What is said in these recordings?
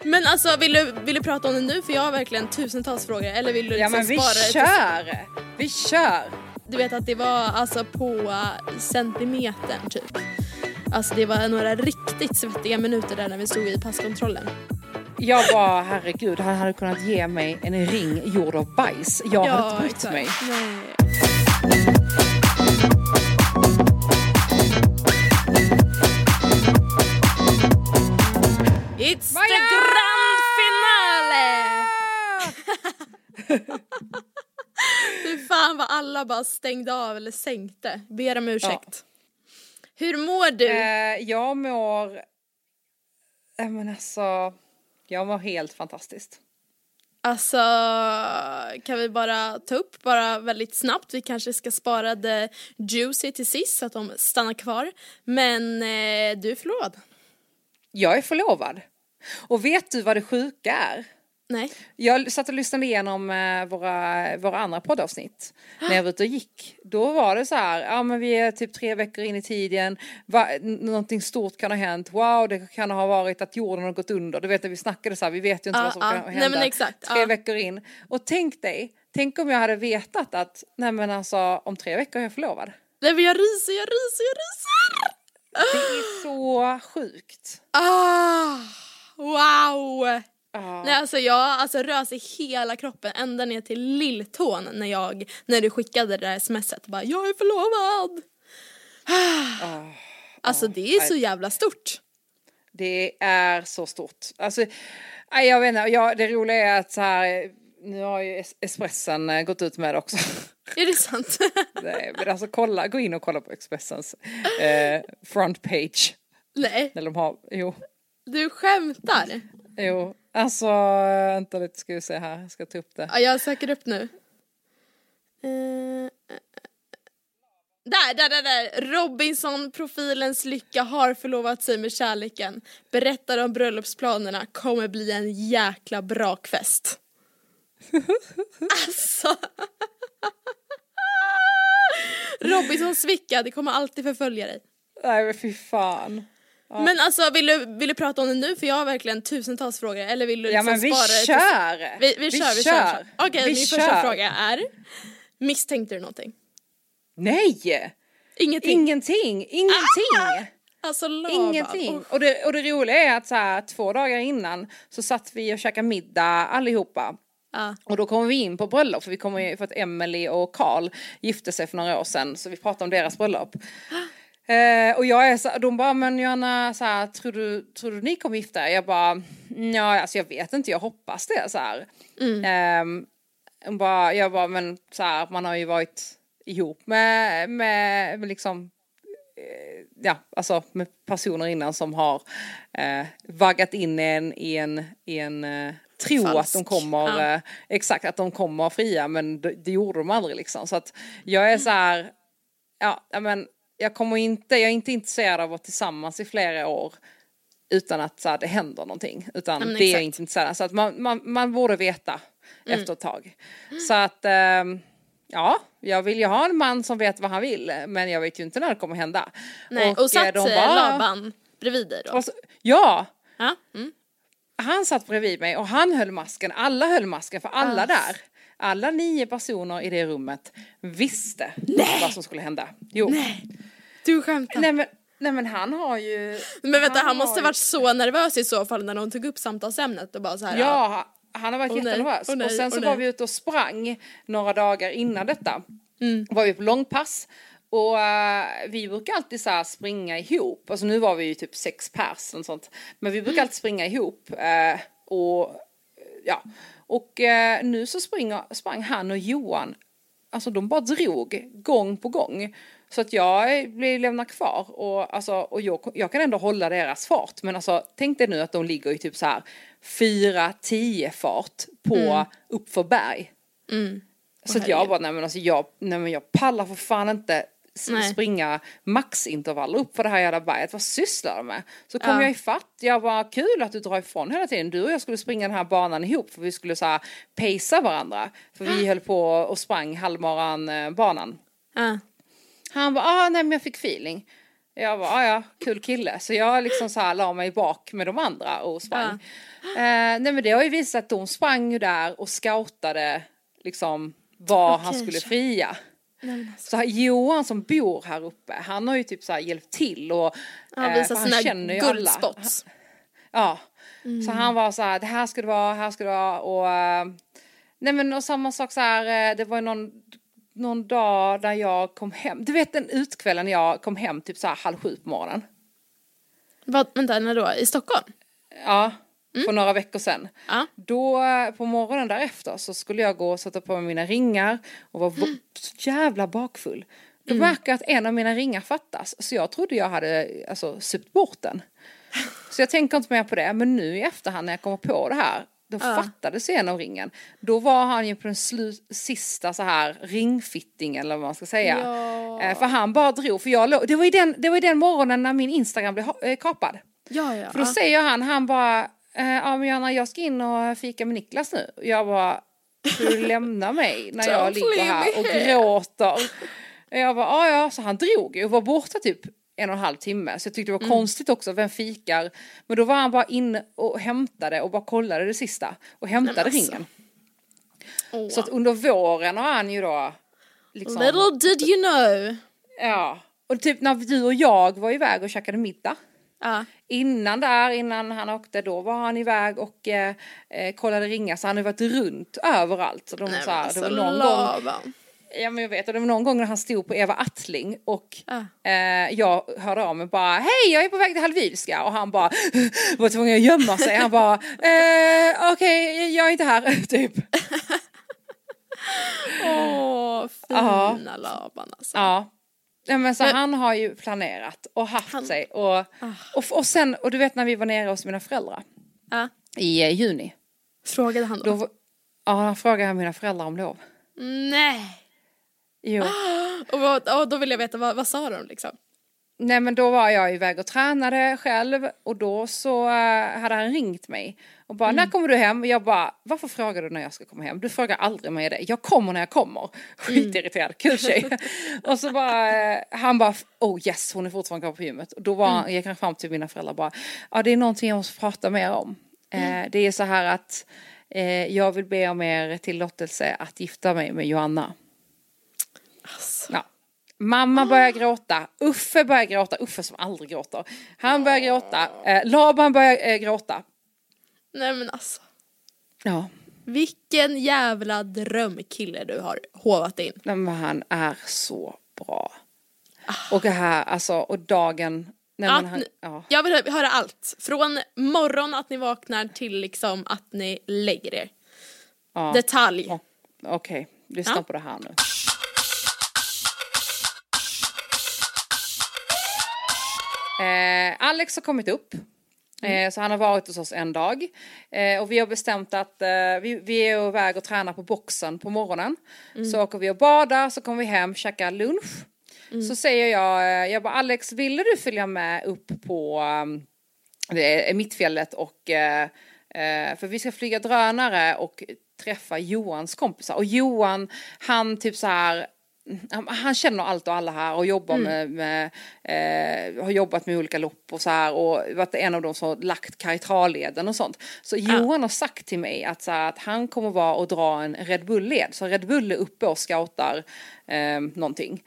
Men alltså vill du prata om det nu? För jag har verkligen tusentals frågor. Eller vill du Ja, men vi kör! Vi kör! Du vet att det var alltså på centimetern typ. Alltså det var några riktigt svettiga minuter där när vi stod i passkontrollen. Jag var, herregud, han hade kunnat ge mig en ring gjord av bajs. Jag hade inte brytt mig. Nej. It's the grand finale! Fy fan vad alla bara stängde av eller sänkte. Ber om ursäkt. Ja. Hur mår du? Jag mår... Men alltså... Jag mår helt fantastiskt. Alltså, kan vi bara ta upp bara väldigt snabbt. Vi kanske ska spara the juicy till sist så att de stannar kvar. Men du är förlovad. Jag är förlovad. Och vet du vad det sjuka är? Nej. Jag satt och lyssnade igenom våra andra poddavsnitt när jag var ute och gick. Då var det så här, ja men vi är typ 3 veckor in i tiden. Någonting stort kan ha hänt. Wow, det kan ha varit att jorden har gått under. Du vet att vi snackade så här, vi vet ju inte vad som kan hända. Nej, men exakt. 3 veckor in. Och tänk om jag hade vetat att, nej men alltså om 3 veckor är jag förlovad. Nej men jag ryser. Det är så sjukt. Wow. Nej alltså jag rös i hela kroppen ända ner till lilltån när du skickade det där smset. Bara, jag är förlovad. Alltså det är så jävla stort. Det är så stort. Alltså, jag vet inte, det roliga är att så här, nu har ju Expressen gått ut med det också. Är det sant? Nej, men alltså gå in och kolla på Expressens front page. Nej. När de har, jo. Du skämtar? Jo, alltså vänta lite, ska vi se här, jag ska ta upp det. Ja, jag söker upp nu. Där. Robinson-profilens lycka har förlovat sig med kärleken. Berättar om bröllopsplanerna. Kommer bli en jäkla brakfest. Alltså. Robinsons svicka, det kommer alltid förfölja dig. Nej men fy fan. Ja. Men alltså vill du prata om det nu? För jag har verkligen tusentals frågor. Eller vill du liksom men vi spara kör. Det vi kör. Okej, min första fråga är: misstänkte du någonting? Nej. Ingenting. Alltså ingenting. Och det roliga är att så här, 2 dagar innan så satt vi och käkade middag allihopa. Och då kom vi in på bröllop, för att Emily och Carl gifte sig för några år sedan, så vi pratade om deras bröllop. Och jag är så, de bara, men Johanna, så här, tror du ni kommer gifta er? Jag bara, ja, alltså jag vet inte, jag hoppas det så här. Jag bara, men så här, man har ju varit ihop med liksom, ja, alltså med personer innan som har vaggat in i en tro falsk. Att de kommer exakt att de kommer fria, men det gjorde de aldrig liksom. Så att jag är så här, ja men jag är inte intresserad av att vara tillsammans i flera år utan att så här, det händer någonting, utan det är jag inte intresserad. Så att man borde veta efter ett tag. Så att ja, jag vill ju ha en man som vet vad han vill, men jag vet ju inte när det kommer hända. Nej, och satt Laban bredvid dig då? Ja. Han satt bredvid mig och han höll masken. Alla höll masken, för alla 9 personer i det rummet visste vad som skulle hända. Jo. Nej, du skämtar. Nej men han har ju... Men vänta, han måste varit så nervös i så fall när de tog upp samtalsämnet och bara så här. Ja, han har varit jättenervös. Och sen så var vi ute och sprang några dagar innan detta. Var vi på långpass. Och vi brukar alltid så här springa ihop. Alltså nu var vi ju typ 6 pers och sånt. Men vi brukar alltid springa ihop. Och nu så sprang han och Johan. Alltså de bara drog gång på gång. Så att jag blev lämnad kvar. Och jag kan ändå hålla deras fart. Men alltså tänk dig nu att de ligger i typ så här 4-10 fart på uppför berg. Så att jag bara, jag pallar för fan inte springa maxintervaller upp för det här jävla berget. Vad sysslar de med? Så kom jag ifatt. Jag var kul att du drar ifrån hela tiden. Du och jag skulle springa den här banan ihop, för vi skulle så här pacea varandra. För vi höll på och sprang halvmaran banan. Han bara, nej men jag fick feeling. Jag var, ja, kul kille. Så jag liksom så här la mig bak med de andra och sprang. Nej men det har ju visat att de sprang ju där och scoutade liksom var han skulle fria. Så Johan som bor här uppe, han har ju typ så här hjälpt till och visar han känner ju guldspots. Ja, så han var så här, det här ska det vara, här ska det vara och nej men och samma sak så här, det var någon dag där jag kom hem. Du vet den utkvällen jag kom hem typ så här 6:30 på morgonen. Vänta, när då? I Stockholm? Ja, för några veckor sedan. Ja. Då på morgonen därefter så skulle jag gå och sätta på mig mina ringar och var så jävla bakfull. Då märker jag att en av mina ringar fattas. Så jag trodde jag hade supt bort den. Så jag tänker inte mer på det. Men nu i efterhand när jag kommer på det här, då fattades en av ringen. Då var han ju på den sista så här ringfitting eller vad man ska säga. Ja. För han bara drog. För det var i den morgonen när min Instagram blev kapad. Ja. För då säger han bara, ja men Johanna, jag ska in och fika med Niklas nu. Jag bara, du lämna mig när jag ligger här och gråter. Jag bara, ja, så han drog ju och var borta typ 1,5 timme. Så jag tyckte det var konstigt också, vem fikar? Men då var han bara in och hämtade och bara kollade det sista. Och hämtade ringen. Så att under våren har han ju då liksom, little did you know. Ja, och typ när du och jag var iväg och käkade middag. Innan han åkte, då var han iväg och kollade ringar. Så han har varit runt överallt. Så det var någon gång. Ja men jag vet, och det var någon gång när han stod på Eva Attling och jag hörde av mig bara, hej jag är på väg till Hallwylska och han bara var tvungen att gömma sig. Han bara, okej, jag är inte här, typ. Fina Laban alltså. Ja, men så han har ju planerat och haft sig och sen, och du vet när vi var nere hos mina föräldrar i juni. Frågade han då? Han frågade mina föräldrar om lov. Nej. Jo. Och då vill jag veta, vad sa de liksom? Nej men då var jag iväg och tränade själv och då så hade han ringt mig och bara, när kommer du hem? Och jag bara, varför frågar du när jag ska komma hem? Du frågar aldrig mig det. Jag kommer när jag kommer. Skitirriterad, kul tjej. Och så bara, han bara, oh yes, hon är fortfarande kvar på gymmet. Och då gick han fram till mina föräldrar och bara, ja det är någonting jag måste prata mer om. Det är så här att jag vill be om er tillåtelse att gifta mig med Johanna. Alltså. Ja. Mamma börjar gråta. Uffe börjar gråta. Uffe som aldrig gråter. Han börjar gråta. Laban börjar gråta. Nej men alltså. Ja. Vilken jävla drömkille du har hovat in. Nej, men han är så bra. Och det här, alltså, och dagen. Jag vill höra allt. Från morgon att ni vaknar till liksom att ni lägger er. Detalj. Okej, lyssna på det här nu. Alex har kommit upp. Så han har varit hos oss en dag. Och vi har bestämt att vi är iväg och tränar på boxen på morgonen. Så åker vi och badar, så kommer vi hem, käkar lunch. Så säger jag bara, Alex, ville du följa med upp på Mittfjället och för vi ska flyga drönare och träffa Johans kompisar. Och Johan, han typ så här, han känner allt och alla här och jobbar har jobbat med olika lopp och så här och varit en av dem som har lagt Karitralleden och sånt. Så Johan har sagt till mig att, så här, att han kommer vara och dra en Red Bull-led. Så Red Bull är uppe och scoutar någonting.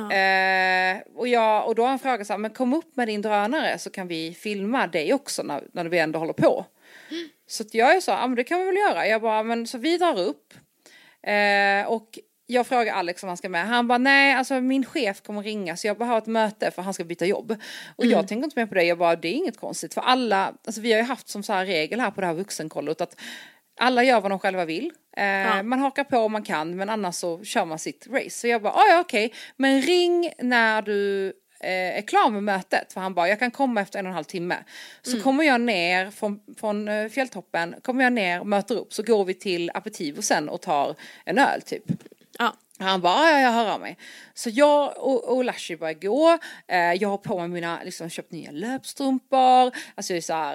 Och då har han frågat så här, men kom upp med din drönare så kan vi filma dig också när vi ändå håller på. Så att jag är så, men det kan vi väl göra. Jag bara, men så vi drar upp och jag frågar Alex om han ska med. Han bara, nej, alltså min chef kommer ringa så jag bara har ett möte för han ska byta jobb. Och jag tänker inte med på det. Jag bara, det är inget konstigt. För alla, alltså vi har ju haft som så här regel här på det här vuxenkollet att alla gör vad de själva vill. Man hakar på om man kan, men annars så kör man sitt race. Så jag bara, okej. Men ring när du är klar med mötet. För han bara, jag kan komma efter 1,5 timme. Så kommer jag ner från fjälltoppen. Kommer jag ner, möter upp. Så går vi till aperitivo sen och tar en öl typ. Han bara, jag hör av mig. Så jag och Lashi börjar gå. Jag har på mig mina, liksom köpt nya löpstrumpor. Alltså jag är så här,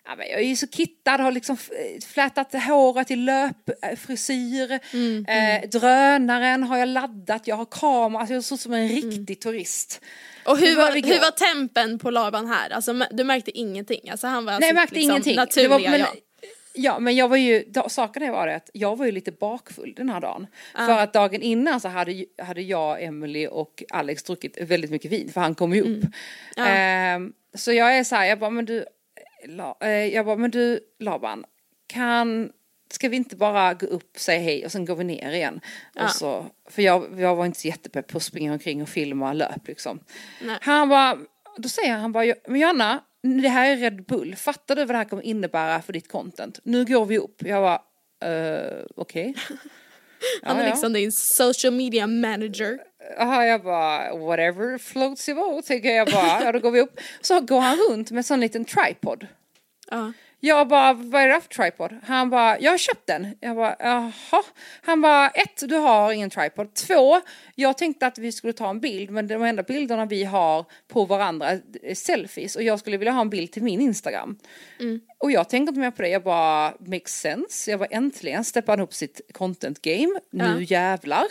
Ja, men jag är ju så kittad, har liksom flätat håret i löpfrisyr. Drönaren har jag laddat, jag har kamera, alltså jag såg som en riktig turist. Och hur var tempen på Laban här? Alltså du märkte ingenting? Alltså han var nej, jag märkte liksom ingenting. Naturliga, Ja, men jag var ju, saken var det att jag var ju lite bakfull den här dagen. För att dagen innan så hade jag, Emily och Alex druckit väldigt mycket vin, för han kom ju upp. Så jag är så här, jag bara, men du Laban, ska vi inte bara gå upp och säga hej och sen går vi ner igen? Och så, för jag var inte så jättepepp på att springa omkring och filma löp liksom. Då säger han bara, men Johanna, det här är Red Bull. Fattar du vad det här kommer innebära för ditt content? Nu går vi upp. Jag var okej. Han är liksom din social media manager. Aha, jag bara, whatever floats your boat, tänker jag bara. Ja, då går vi upp. Så går han runt med en sån liten tripod. Jag bara, vad är det för tripod? Han bara, jag har köpt den. Jag bara, jaha. Han bara, 1, du har ingen tripod. 2, jag tänkte att vi skulle ta en bild, men de enda bilderna vi har på varandra är selfies. Och jag skulle vilja ha en bild till min Instagram. Och jag tänkte inte mer på det. Jag bara, makes sense. Jag bara, äntligen steppar han upp sitt content game. Nu jävlar.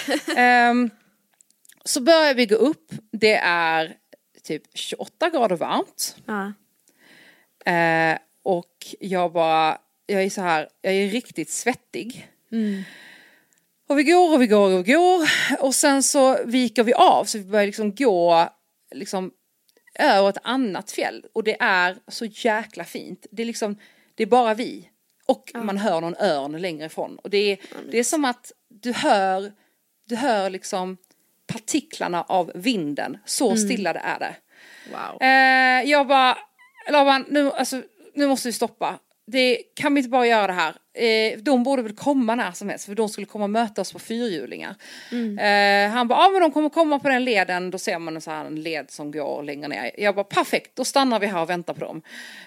Så börjar vi gå upp. Det är typ 28 grader varmt. Och jag är så här, jag är riktigt svettig. Och vi går. Och sen så viker vi av, så vi börjar liksom gå liksom över ett annat fjäll. Och det är så jäkla fint. Det är liksom, det är bara vi. Och man hör någon örn längre ifrån. Och det är som att du hör liksom partiklarna av vinden. Så stilla det är det. Wow. Jag bara, Laban, nu måste vi stoppa. Kan vi inte bara göra det här? De borde väl komma när som helst, för de skulle komma och möta oss på fyrhjulingar. Han bara, men de kommer komma på den leden. Då ser man en led som går längre ner. Jag bara, perfekt, då stannar vi här och väntar på dem.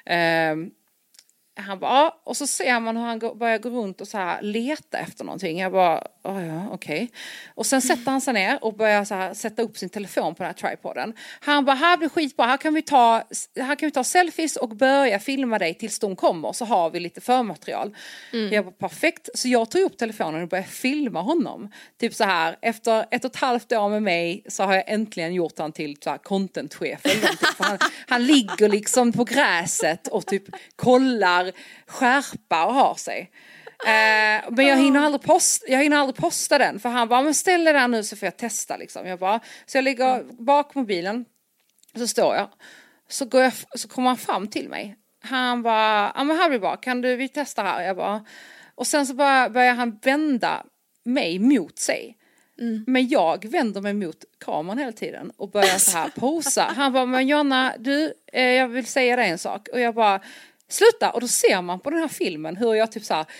Han bara, och så ser man hur han börjar gå runt och så här leta efter någonting. Jag bara, okej. Och sen sätter han sig ner och börjar så här sätta upp sin telefon på den här tripoden. Han bara, här blir skitbra, här kan vi ta selfies och börja filma dig tills de kommer, så har vi lite förmaterial. Jag bara, perfekt. Så jag tog upp telefonen och började filma honom. Typ så här, efter 1,5 år med mig så har jag äntligen gjort han till så här contentchef eller någonting. Han ligger liksom på gräset och typ kollar skärpa och har sig. Men jag hinner aldrig posta den, för han bara, men ställ det där nu så får jag testa liksom. Så jag ligger bak mobilen, så står jag, så kommer han fram till mig. Han bara, men här blir bra, vi testa här? Jag bara, och sen så börjar han vända mig mot sig. Men jag vänder mig mot kameran hela tiden och börjar så här posa. Han bara, men Jonna, jag vill säga dig en sak. Och jag bara, sluta. Och då ser man på den här filmen hur jag typ så här,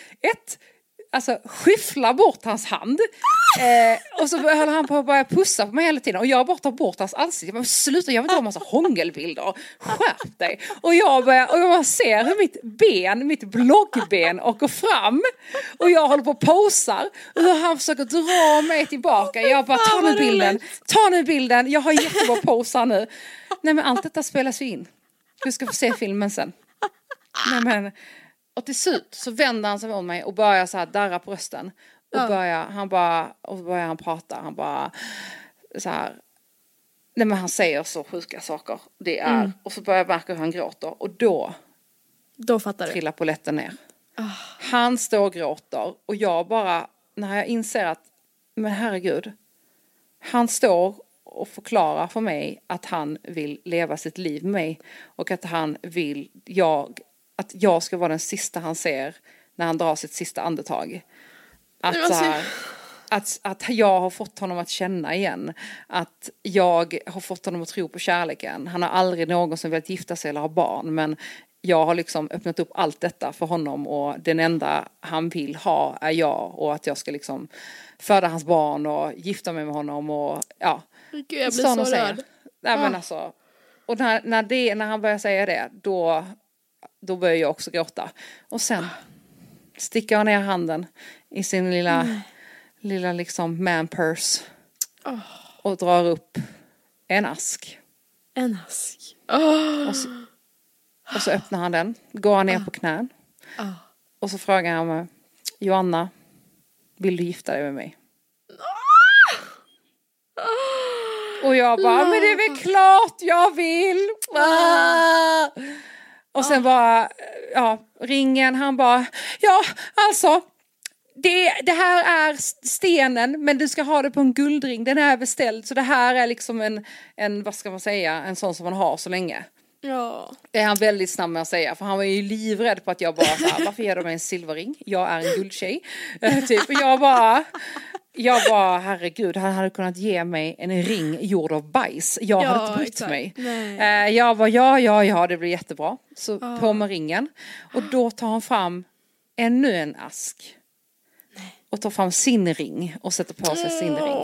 skyfflar bort hans hand. Och så höll han på att börja pussa på mig hela tiden. Och jag bara tar bort hans ansikte. Men sluta, jag vill inte ha en massa hångelbilder. Skärp dig. Och jag bara ser hur mitt bloggben åker fram. Och jag håller på och posar. Och hur han försöker dra mig tillbaka. Jag bara, ta nu bilden. Jag har jättebra posar nu. Nej, men allt detta spelas ju in. Du ska få se filmen sen. Nej, men... Och till slut så vänder han sig om mig och börjar så här darra på rösten. Och börjar han prata. Han bara så här. Nej, men han säger så sjuka saker. Det är. Och så börjar jag märka hur han gråter. Och då fattar du. Trillar polletten ner. Han står och gråter. Och jag bara, när jag inser att, men herregud. Han står och förklarar för mig att han vill leva sitt liv med mig. Och att han vill, att jag ska vara den sista han ser när han drar sitt sista andetag. Att jag har fått honom att känna igen. Att jag har fått honom att tro på kärleken. Han har aldrig någonsin velat gifta sig eller ha barn. Men jag har liksom öppnat upp allt detta för honom. Och den enda han vill ha är jag. Och att jag ska liksom föda hans barn och gifta mig med honom. Och ja. Gud, jag blir så rörd. Nej, men alltså. Och när han börjar säga det, då börjar jag också gråta. Och sen sticker jag ner handen i sin lilla liksom man purse. Och drar upp en ask. En ask. Och så öppnar han den. Går han ner på knän. Och så frågar han mig. Joanna, vill du gifta dig med mig? Och jag bara, men det är väl klart jag vill. Och sen bara, ringen, han bara, alltså, det här är stenen, men du ska ha det på en guldring. Den är beställd, så det här är liksom en vad ska man säga, en sån som man har så länge. Ja. Det är han väldigt snabb med att säga, för han var ju livrädd på att jag bara så här, varför ger de mig en silverring? Jag är en guldtjej. Typ, och jag bara, herregud, han hade kunnat ge mig en ring gjord av bajs. Jag hade inte brytt mig. Jag bara, ja, det blir jättebra. Så på med ringen. Och då tar han fram ännu en ask. Och tar fram sin ring och sätter på sig sin ring.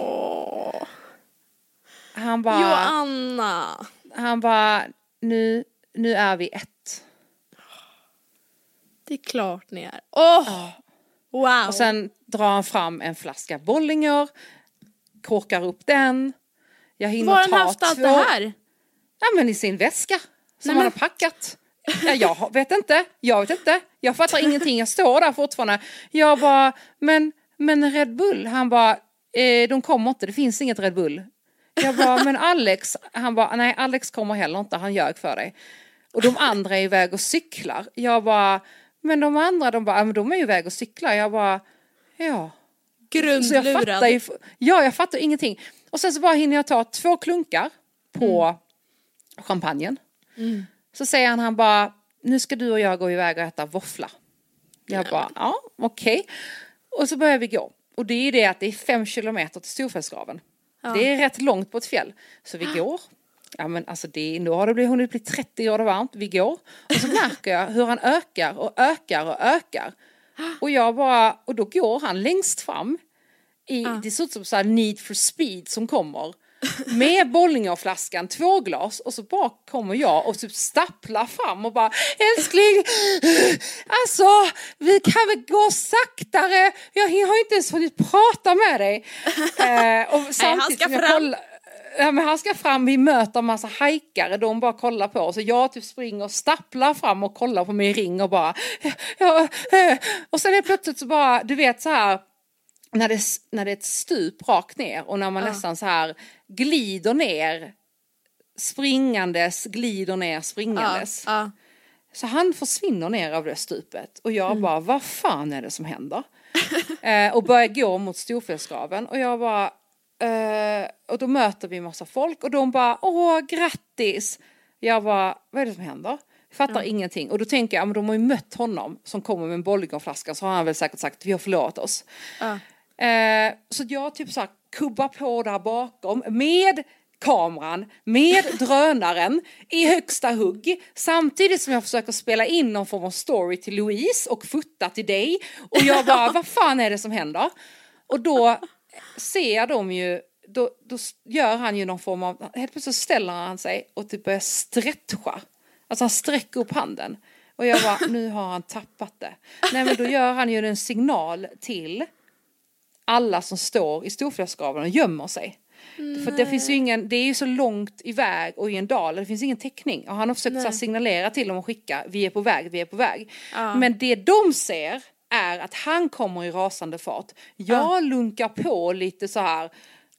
Han bara, Joanna. Han bara, nu är vi ett. Det är klart ni är. Wow. Och sen drar han fram en flaska Bollinger, korkar upp den. Jag hinner var ta han haft allt det här? Ja, men i sin väska som han har packat. Ja, jag vet inte. Jag fattar ingenting. Jag står där fortfarande. Jag bara, men Red Bull. Han bara, de kommer inte. Det finns inget Red Bull. Jag bara, men Alex. Han bara, nej, Alex kommer heller inte. Han ljög för dig. Och de andra är iväg och cyklar. Jag bara, men de andra, men de är ju iväg och cyklar. Jag bara, ja. Grundlurad. Jag fattar ingenting. Och sen så bara hinner jag ta 2 klunkar på champagnen. Så säger han bara, nu ska du och jag gå iväg och äta våffla. Jag bara, ja, okej. Och så börjar vi gå. Och det är det att det är 5 kilometer till Storfällsgraven. Ja. Det är rätt långt på ett fjäll. Så vi går. Ja, men alltså nu har det hunnit bli 30 grader varmt. Vi går. Och så märker jag hur han ökar och ökar och ökar. Och då går han längst fram. Det ser ut som så här Need for Speed som kommer. Med Bollingerflaskan, 2 glas. Och så bara kommer jag och typ stapplar fram och bara, älskling, alltså vi kan väl gå saktare. Jag har inte ens hunnit prata med dig. Och samtidigt som jag kollar, men han ska fram, vi möter en massa hajkare, de bara kollar på oss. Så jag typ springer och stapplar fram och kollar på min ring och bara, och sen är plötsligt så bara, du vet så här, när det är ett stup rakt ner och när man nästan så här glider ner springandes. Så han försvinner ner av det stupet och jag bara, vad fan är det som händer? Och börjar gå mot Storfällsgraven och jag bara, och då möter vi en massa folk och de bara, grattis. Jag bara, vad är det som händer? Fattar ingenting. Och då tänker jag, men de har ju mött honom som kommer med en Bollingerflaska, så har han väl säkert sagt, vi har förlåt oss. Så jag typ så här kubbar på där bakom med kameran, med drönaren i högsta hugg, samtidigt som jag försöker spela in någon form av story till Louise och fota till dig. Och jag bara, vad fan är det som händer? Och då ser de ju, då gör han ju någon form av, helt plötsligt ställer han sig och typ börjar stretcha. Alltså han sträcker upp handen. Och jag bara, nu har han tappat det. Nej, men då gör han ju en signal till alla som står i Storfällsgraven och gömmer sig. Nej. För det finns ju det är ju så långt iväg och i en dal, det finns ingen täckning. Och han har försökt så signalera till dem och skicka, vi är på väg. Men det de ser är att han kommer i rasande fart. Jag lunkar på lite så här,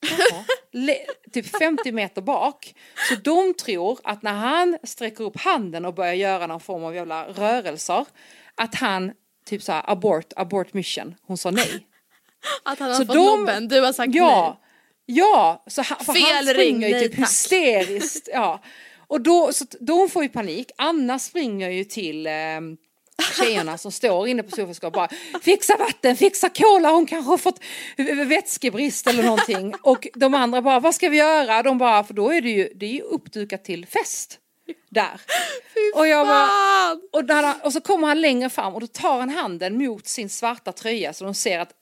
typ 50 meter bak. Så de tror att när han sträcker upp handen och börjar göra någon form av jävla rörelser, att han typ så här, abort mission. Hon sa nej. Att han har fått nobben, du har sagt nej. Ja, så han springer ju typ hysteriskt. Ja. Och då får ju panik. Anna springer ju till tjejerna som står inne på soffan och bara, fixa vatten, fixa cola, hon kanske har fått vätskebrist eller någonting. Och de andra bara, vad ska vi göra? De bara, för då är det är ju uppdukat till fest där. Och jag bara, och så kommer han längre fram och då tar han handen mot sin svarta tröja så de ser att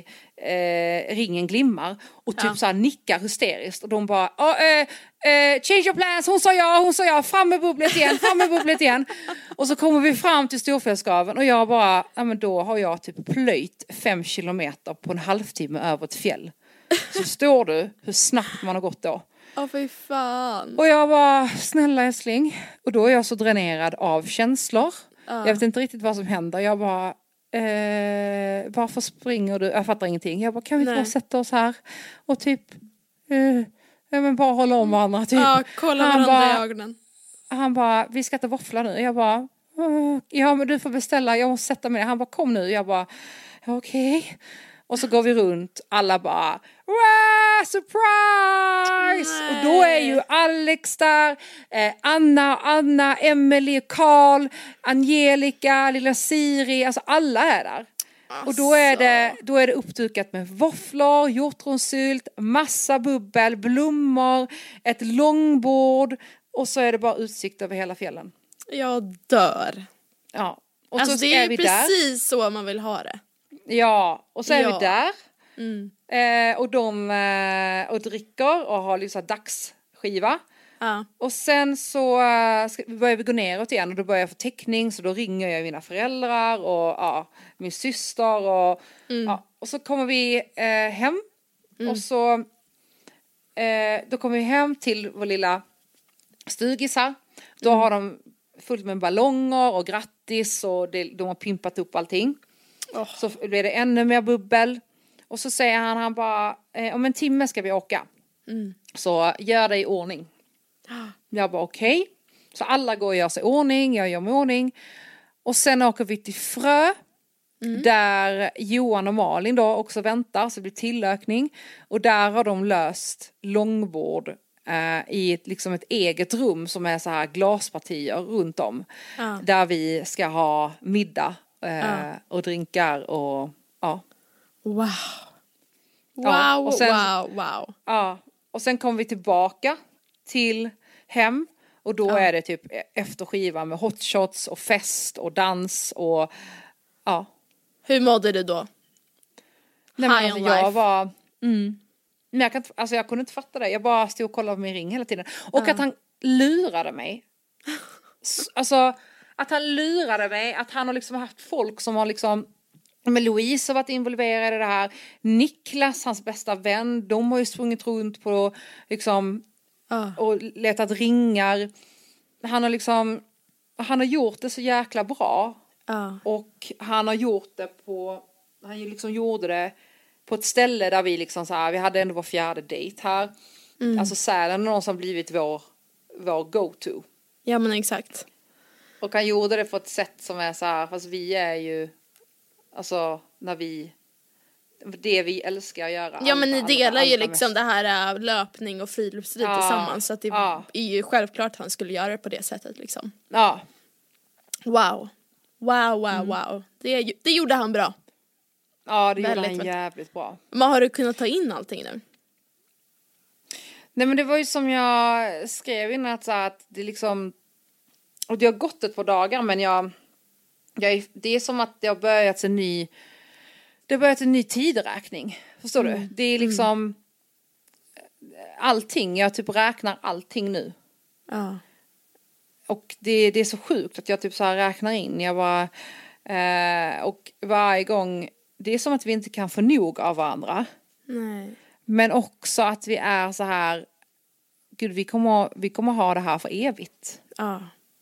ringen glimmar och typ så här nickar hysteriskt och de bara, change your plans, hon sa ja, fram med bubblet igen. Och så kommer vi fram till Storfällsgraven och jag bara, men då har jag typ plöjt 5 kilometer på en halvtimme över ett fjäll. Så förstår du hur snabbt man har gått då. Fy fan. Och jag var snälla älskling. Och då är jag så dränerad av känslor. Jag vet inte riktigt vad som händer. Jag bara, varför springer du? Jag fattar ingenting. Jag bara, kan vi inte bara sätta oss här? Och typ, men bara hålla om varandra. Typ. Ja, kolla varandra i ögonen. Han bara, vi ska äta våfflar nu. Jag bara, ja men du får beställa. Jag måste sätta mig ner. Han bara, kom nu. Jag bara, okej. Och så går vi runt. Alla bara, wow, surprise! Nej. Och då är ju Alex där. Anna, Emily, Karl, Angelica, lilla Siri. Alltså alla är där. Och då är det uppdukat med våfflor, hjortronsylt, massa bubbel, blommor, ett långbord. Och så är det bara utsikt över hela fjällen. Jag dör. Ja. Och alltså så det är vi precis där. Så man vill ha det. Ja, och så är vi där. Och de och dricker och har liksom dagsskiva. Och sen så börjar vi gå neråt igen och då börjar jag få täckning, så då ringer jag mina föräldrar och min syster och så kommer vi hem och så då kommer vi hem till vår lilla stugis här. Då har de fullt med ballonger och grattis och de har pimpat upp allting. Så blir det ännu mer bubbel. Och så säger han bara, om en timme ska vi åka. Så gör det i ordning. Jag bara okej. Så alla går och gör sig i ordning, jag gör mig i ordning. Och sen åker vi till Frö. Där Johan och Malin då också väntar, så det blir tillökning. Och där har de löst långbord i ett eget rum som är så här glaspartier runt om. Där vi ska ha middag och drinkar och Wow. Och sen, wow. Ja, och sen kommer vi tillbaka till hem och då är det typ efter skivan med hotshots och fest och dans och Hur mådde du då? Nej, men alltså, jag var men jag kunde inte fatta det. Jag bara stod och kollade på min ring hela tiden. Och att han lurade mig. Alltså att han lurade mig, att han har liksom haft folk som har liksom, men Louise har varit involverad i det här. Niklas, hans bästa vän, de har ju sprungit runt på liksom och letat ringar. Han har gjort det så jäkla bra. Och han har gjort det gjorde det på ett ställe där vi liksom så här, vi hade ändå vår 4:e dejt här. Alltså Sälen är någon som blivit vår go-to. Ja men exakt. Och han gjorde det på ett sätt som är så här, fast vi är ju alltså det vi älskar att göra. Ja men ni delar ju liksom det här löpning och friluftsliv tillsammans, så att det är ju självklart att han skulle göra det på det sättet liksom. Ja. Wow. Det gjorde han bra. Ja, det gjorde han jävligt bra. Men har du kunnat ta in allting nu? Nej men det var ju som jag skrev innan att det liksom, och det har gått ett par dagar, men det är som att det har börjat en ny tideräkning. Förstår du? Det är liksom allting, jag typ räknar allting nu. Ja. Och det är så sjukt att jag typ så här räknar in. Jag bara och varje gång, det är som att vi inte kan få nog av varandra. Nej. Men också att vi är så här, gud, vi kommer ha det här för evigt. Ja.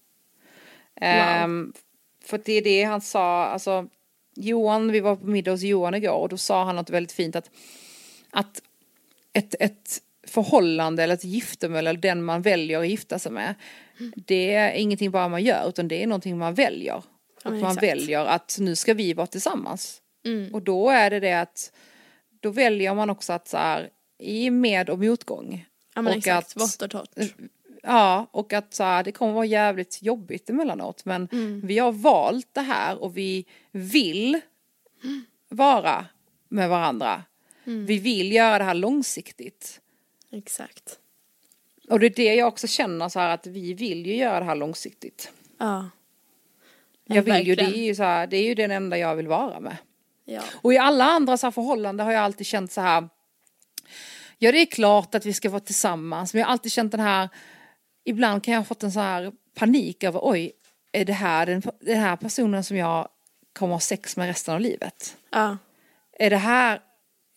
För det är det han sa, alltså Johan, vi var på middag hos Johan igår och då sa han något väldigt fint, att ett förhållande eller ett giftermål eller den man väljer att gifta sig med, det är ingenting bara man gör, utan det är någonting man väljer. Och man väljer att nu ska vi vara tillsammans. Och då är det att då väljer man också att så här, i med- och motgång. Ja men och exakt, vått och torrt. Ja, och att så här, det kommer vara jävligt jobbigt emellanåt. Men vi har valt det här och vi vill vara med varandra. Vi vill göra det här långsiktigt. Exakt. Och det är det jag också känner så här, att vi vill ju göra det här långsiktigt. Ja. Jag vill ju, det är ju så här, det är ju den enda jag vill vara med. Ja. Och i alla andra så här förhållanden har jag alltid känt så här, ja det är klart att vi ska vara tillsammans, men jag har alltid känt den här, ibland kan jag ha fått en så här panik över, oj, är det här den här personen som jag kommer ha sex med resten av livet? Ja. Är det här,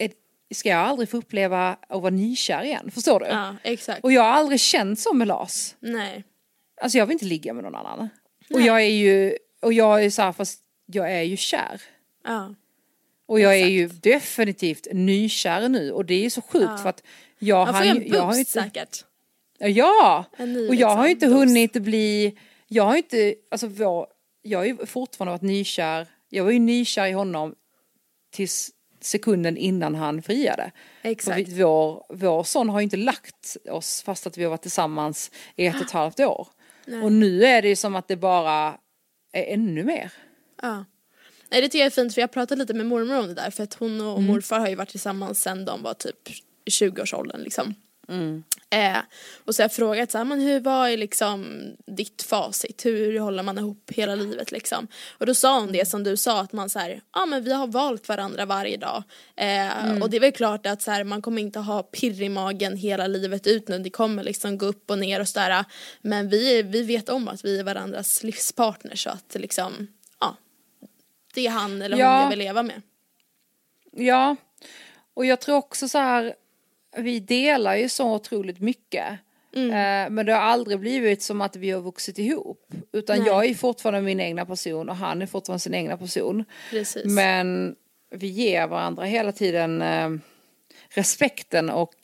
ska jag aldrig få uppleva att vara nykär igen, förstår du? Ja, exakt. Och jag har aldrig känt så med Lars. Nej. Alltså jag vill inte ligga med någon annan. Nej. Och jag är så här, fast jag är ju kär. Ja. Och jag är Exakt. ju definitivt nykär nu. Och det är ju så sjukt för att Man får ju en jag har boost inte, säkert. ja, En ny, och jag har ju liksom, inte boost. hunnit bli, jag har inte, alltså jag har ju fortfarande varit nykär. Jag var ju nykär i honom tills sekunden innan han friade. Exakt. Vår son har ju inte lagt oss fast att vi har varit tillsammans i 1,5 år. Nej. Och nu är det ju som att det bara är ännu mer. Ja. Nej, det tycker jag är fint, för jag pratade lite med mormor om det där, för att hon och morfar har ju varit tillsammans sedan de var typ i 20-årsåldern liksom. Och så har jag frågat så här, men hur var liksom ditt facit, hur håller man ihop hela livet liksom? Och då sa hon det som du sa, att man så här, men vi har valt varandra varje dag, och det är väl klart att så här, man kommer inte ha pirr i magen hela livet ut nu, det kommer liksom gå upp och ner och sådär, men vi vet om att vi är varandras livspartner, så att liksom, det är han eller hon jag vill leva med. Ja, och jag tror också så här, vi delar ju så otroligt mycket. Men det har aldrig blivit som att vi har vuxit ihop. Utan jag är fortfarande min egna person och han är fortfarande sin egna person. Precis. Men vi ger varandra hela tiden respekten och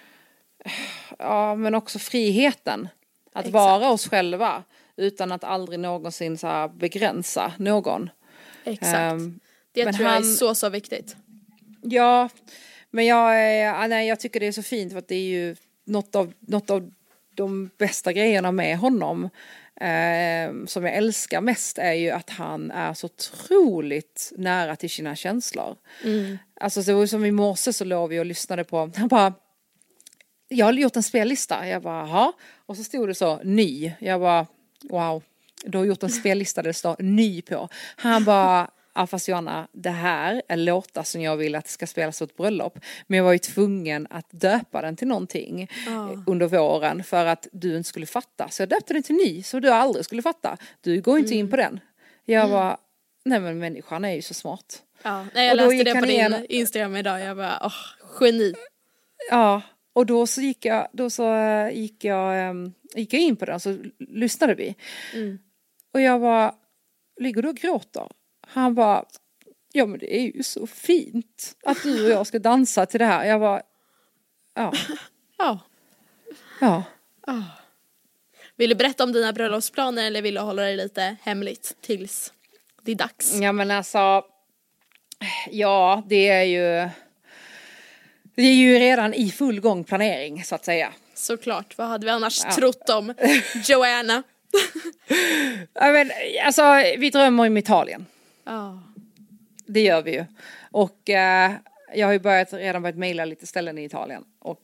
men också friheten. Att vara oss själva utan att aldrig någonsin så här begränsa någon. Exakt. Det tror jag är så viktigt. Ja, men jag tycker det är så fint, för att det är ju något av de bästa grejerna med honom som jag älskar mest är ju att han är så otroligt nära till sina känslor. Alltså det var som i morse, så låg vi och lyssnade på, han bara, jag har gjort en spellista. Jag bara, jaha. Och så stod det så, ny. Jag bara, wow. Du har gjort en spellista där det står ny på. Han bara, fast Johanna, det här är låtar som jag vill att det ska spelas åt bröllop. Men jag var ju tvungen att döpa den till någonting under våren för att du inte skulle fatta. Så jag döpte den till ny, så du aldrig skulle fatta. Du går inte in på den. Jag var, nej men människan är ju så smart. Ja, nej, jag läste det på din Instagram idag. Jag bara, geni. Ja, och då gick jag in på den, så lyssnade vi. Och jag bara, ligger du och gråter? Han bara, ja men det är ju så fint att du och jag ska dansa till det här. Jag bara, ja. Vill du berätta om dina bröllopsplaner, eller vill du hålla det lite hemligt tills det är dags? Ja men alltså, ja det är ju redan i full gång planering, så att säga. Såklart, vad hade vi annars trott om Joanna? Ja, men, alltså, vi drömmer om Italien. Det gör vi ju. Och jag har ju redan börjat mejla lite ställen i Italien. Och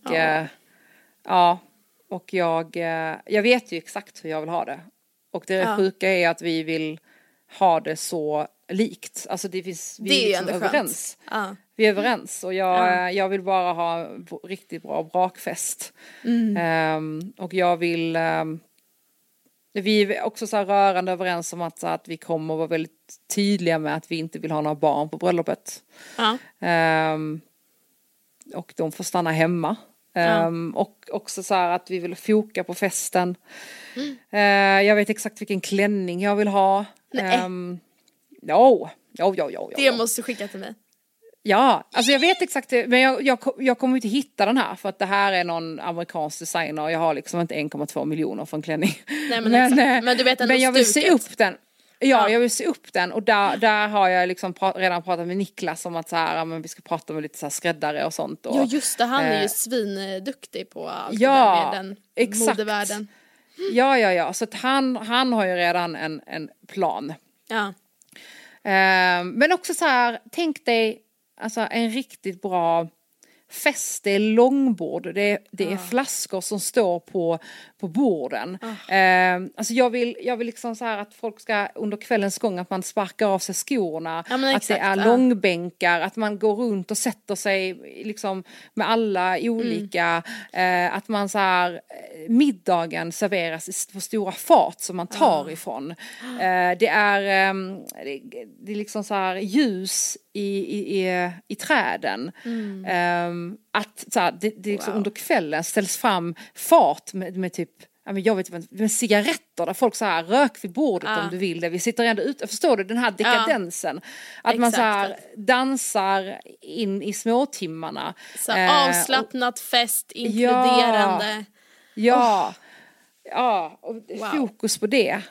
och jag vet ju exakt hur jag vill ha det. Och det sjuka är att vi vill ha det så likt. Alltså vi är liksom överens. Vi är överens, och jag vill bara ha en riktigt bra brakfest. Och jag vill vi är också så här rörande överens om att vi kommer att vara väldigt tydliga med att vi inte vill ha några barn på bröllopet. Och de får stanna hemma. Och också så här att vi vill foka på festen. Jag vet exakt vilken klänning jag vill ha. Ja. Det måste du skicka till mig. Ja, alltså jag vet exakt, men jag kommer inte hitta den här, för att det här är någon amerikansk designer och jag har liksom inte 1,2 miljoner för en klänning. Nej, men du vet ändå men jag vill stuket. se upp den. Ja, jag vill se upp den, och där har jag liksom redan pratat med Niklas om att så här, men vi ska prata med lite så här skräddare och sånt. Och, ja just det, han är ju svinduktig på allt det där med den modevärlden. Ja, så att han har ju redan en plan. Ja. Men också så här, tänk dig alltså en riktigt bra fest, det är långbord, det är flaskor som står på borden. Alltså jag vill liksom så här att folk ska under kvällens gång att man sparkar av sig skorna, att det är långbänkar, att man går runt och sätter sig liksom med alla olika, att man så här, middagen serveras på stora fat som man tar ifrån. Det är liksom så här ljus i träden. Att så här, det liksom under kvällen ställs fram fat med typ, jag vet inte, med cigaretter där folk så här rök vid bordet om du vill det. Vi sitter ändå ute, förstår du den här dekadensen? Att man så här dansar in i småtimmarna. Så avslappnat, fest, inkluderande. Ja, och fokus på det.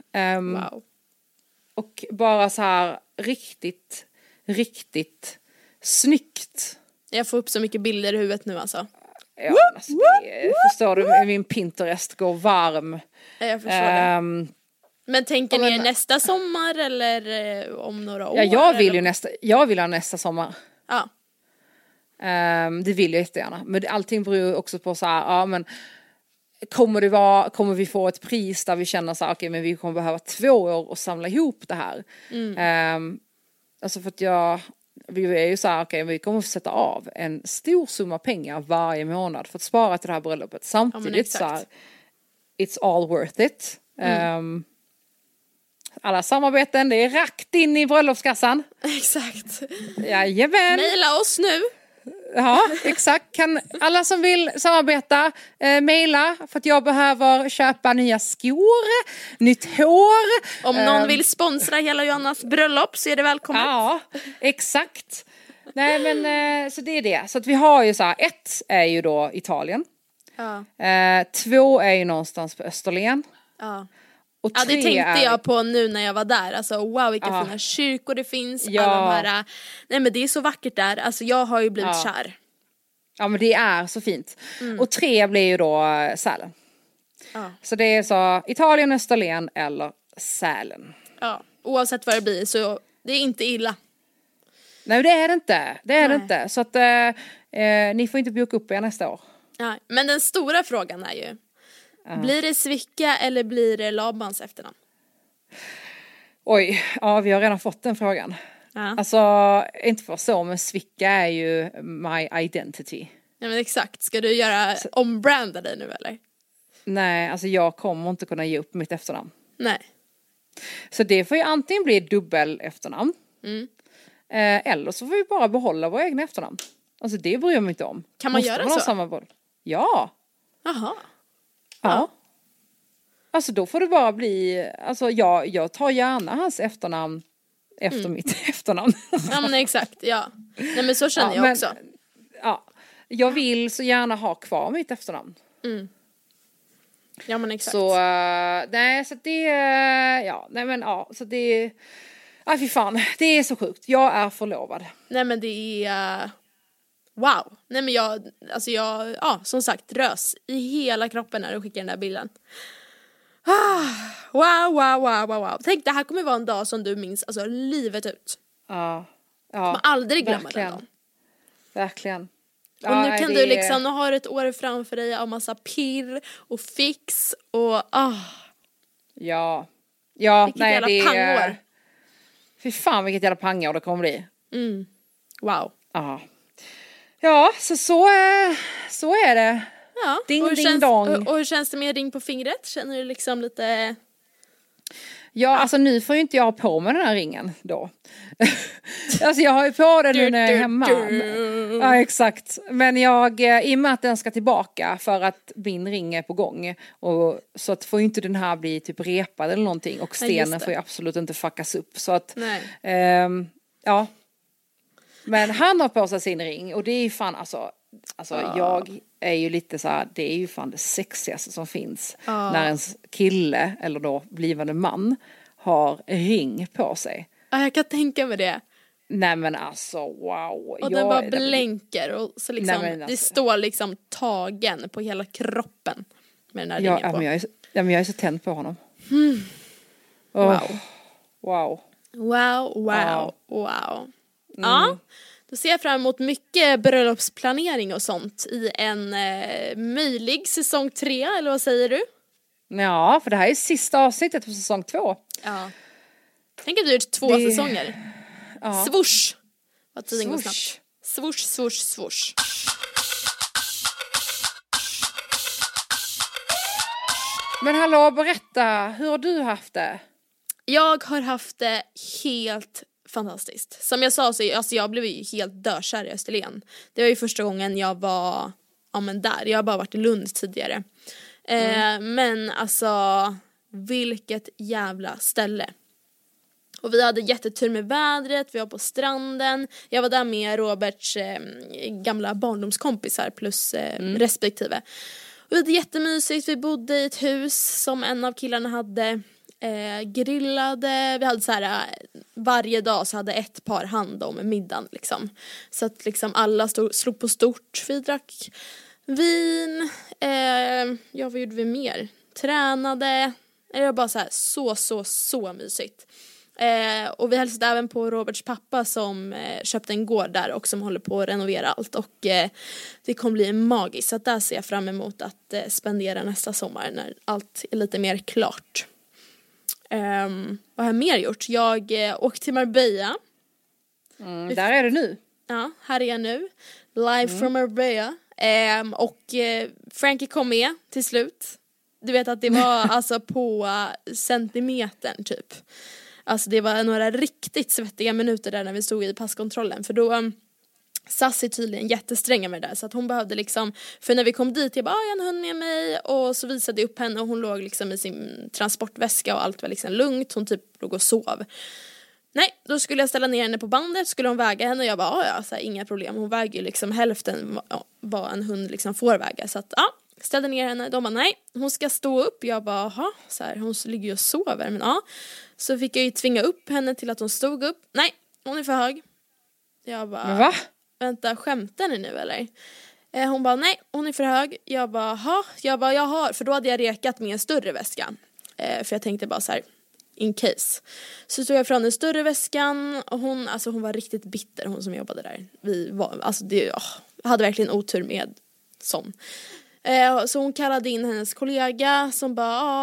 Och bara så här riktigt snyggt. Jag får upp så mycket bilder i huvudet nu alltså. Ja, alltså förstår du, min Pinterest går varm. Jag förstår det. Men tänker ni nästa sommar eller om några år? Ja, jag vill ha nästa sommar. Ja. Det vill jag jättegärna. Men allting beror också på så här, men kommer vi få ett pris där vi känner så här, okej, men vi kommer behöva 2 år att samla ihop det här. Alltså för att vi är ju så här, okej, vi kommer att sätta av en stor summa pengar varje månad för att spara till det här bröllopet. Samtidigt så här, it's all worth it. Alla samarbeten, det är rakt in i bröllopskassan. Exakt. Jajamän. Maila oss nu. Ja, exakt. Kan alla som vill samarbeta mejla för att jag behöver köpa nya skor, nytt hår. Om någon vill sponsra hela Johannas bröllop så är det välkommet. Ja, exakt. Nej men så det är det. Så att vi har ju så här, 1 är ju då Italien. 2 är ju någonstans på Österlen. Och 3 det tänkte jag på nu när jag var där. Alltså wow, vilka fina kyrkor det finns. Alla de här, nej men det är så vackert där. Alltså jag har ju blivit kär. Ja men det är så fint. Och 3 blir ju då Sälen. Så det är så Italien, Österlen eller Sälen. Ja, oavsett vad det blir så det är inte illa. Nej det är det inte. Det är det inte. Så att ni får inte boka upp er nästa år. Nej, men den stora frågan är ju blir det Svicka eller blir det Labans efternamn? Oj, vi har redan fått den frågan. Alltså, inte för så, men Svicka är ju my identity. Ja men exakt, ska du ombranda dig nu eller? Nej, alltså jag kommer inte kunna ge upp mitt efternamn. Nej. Så det får ju antingen bli dubbel efternamn. Eller så får vi bara behålla våra egna efternamn. Alltså det bryr jag mig inte om. Kan man göra så? Samma ja. Jaha. Ja. Alltså då får det bara bli, alltså jag tar gärna hans efternamn efter mitt efternamn. Ja men exakt, ja. Nej men så känner jag också. Ja, jag vill så gärna ha kvar mitt efternamn. Ja men exakt. Så nej så det så det fy fan, det är så sjukt. Jag är förlovad. Nej men det är wow. Nej men jag som sagt rös i hela kroppen när du skickar den där bilden. Wow. Tänk, det här kommer vara en dag som du minns alltså livet ut. Ja. Man aldrig glömma den dagen. Verkligen. Och nu kan du liksom, nu har du ett år framför dig av massa pirr och fix och Ja, vilket jävla pangår. Fy fan vilket jävla pangår det kommer bli. Wow. Ja, så är det. Ja. Ding dong. Och hur känns det med ring på fingret? Känner du liksom lite... Ja, alltså nu får ju inte jag ha på mig den här ringen då. Alltså jag har ju på den nu när jag är hemma. Ja, exakt. Men i och med att den ska tillbaka för att min ring är på gång. Och så att får ju inte den här bli typ repad eller någonting. Och stenen får ju absolut inte fuckas upp. Så att, ja. Men han har på sig sin ring och det är ju fan alltså jag är ju lite så här, det är ju fan det sexigaste som finns när ens kille eller då blivande man har ring på sig. Ja, jag kan tänka mig det. Nej men alltså wow. Och den bara blänker och så liksom det står liksom tagen på hela kroppen med den här ringen på. Men jag är så tänd på honom. Wow. Ja. Då ser jag fram emot mycket bröllopsplanering och sånt i en möjlig säsong 3, eller vad säger du? Ja, för det här är sista avsnittet på säsong 2. Ja. Tänk att du gjort 2 säsonger. Ja. Swoosh! Vad tiden går snabbt. Swoosh, swoosh, swoosh. Men hallå, berätta, hur har du haft det? Jag har haft det helt fantastiskt. Som jag sa så alltså jag blev ju helt dökär i Österlen. Det var ju första gången jag var där. Jag har bara varit i Lund tidigare. Men alltså vilket jävla ställe. Och vi hade jättetur med vädret, vi var på stranden. Jag var där med Roberts gamla barndomskompisar plus respektive. Och vi hade jättemysigt, vi bodde i ett hus som en av killarna hade. Grillade, vi hade så här varje dag så hade ett par hand om middagen liksom. Så att liksom alla slog på stort. Vi drack vin, vad gjorde vi mer? Tränade, det var bara så här så mysigt. Och vi hälsade även på Roberts pappa som köpte en gård där och som håller på att renovera allt. Och det kommer bli magiskt, så att där ser jag fram emot att spendera nästa sommar när allt är lite mer klart. Vad har jag mer gjort? Jag åkte till Marbella. Där är du nu. Ja, här är jag nu. Live from Marbella. Och Frankie kom med till slut. Du vet att det var alltså på centimetern typ. Alltså det var några riktigt svettiga minuter där när vi stod i passkontrollen. För då SAS är tydligen jättestränga med det där. Så att hon behövde liksom, för när vi kom dit jag bara, jag har en hund med mig. Och så visade jag upp henne och hon låg liksom i sin transportväska och allt var liksom lugnt. Hon typ låg och sov. Nej, då skulle jag ställa ner henne på bandet. Skulle hon väga henne och jag bara, ja så här, inga problem. Hon väger ju liksom hälften vad en hund liksom får väga. Så att ja, ställde ner henne. De bara, nej, hon ska stå upp. Jag bara, jaha, så här, hon ligger ju och sover. Men ja, så fick jag ju tvinga upp henne till att hon stod upp. Nej, hon är för hög. Jag bara, men va? Vänta, skämtar ni nu eller? Hon bara, nej, hon är för hög. Jag bara, ha. Jag bara, jag har. För då hade jag rekat med en större väska. För jag tänkte bara så här, in case. Så tog jag fram den större väskan. Och hon var riktigt bitter, hon som jobbade där. Jag hade verkligen otur med sån. Så hon kallade in hennes kollega som bara,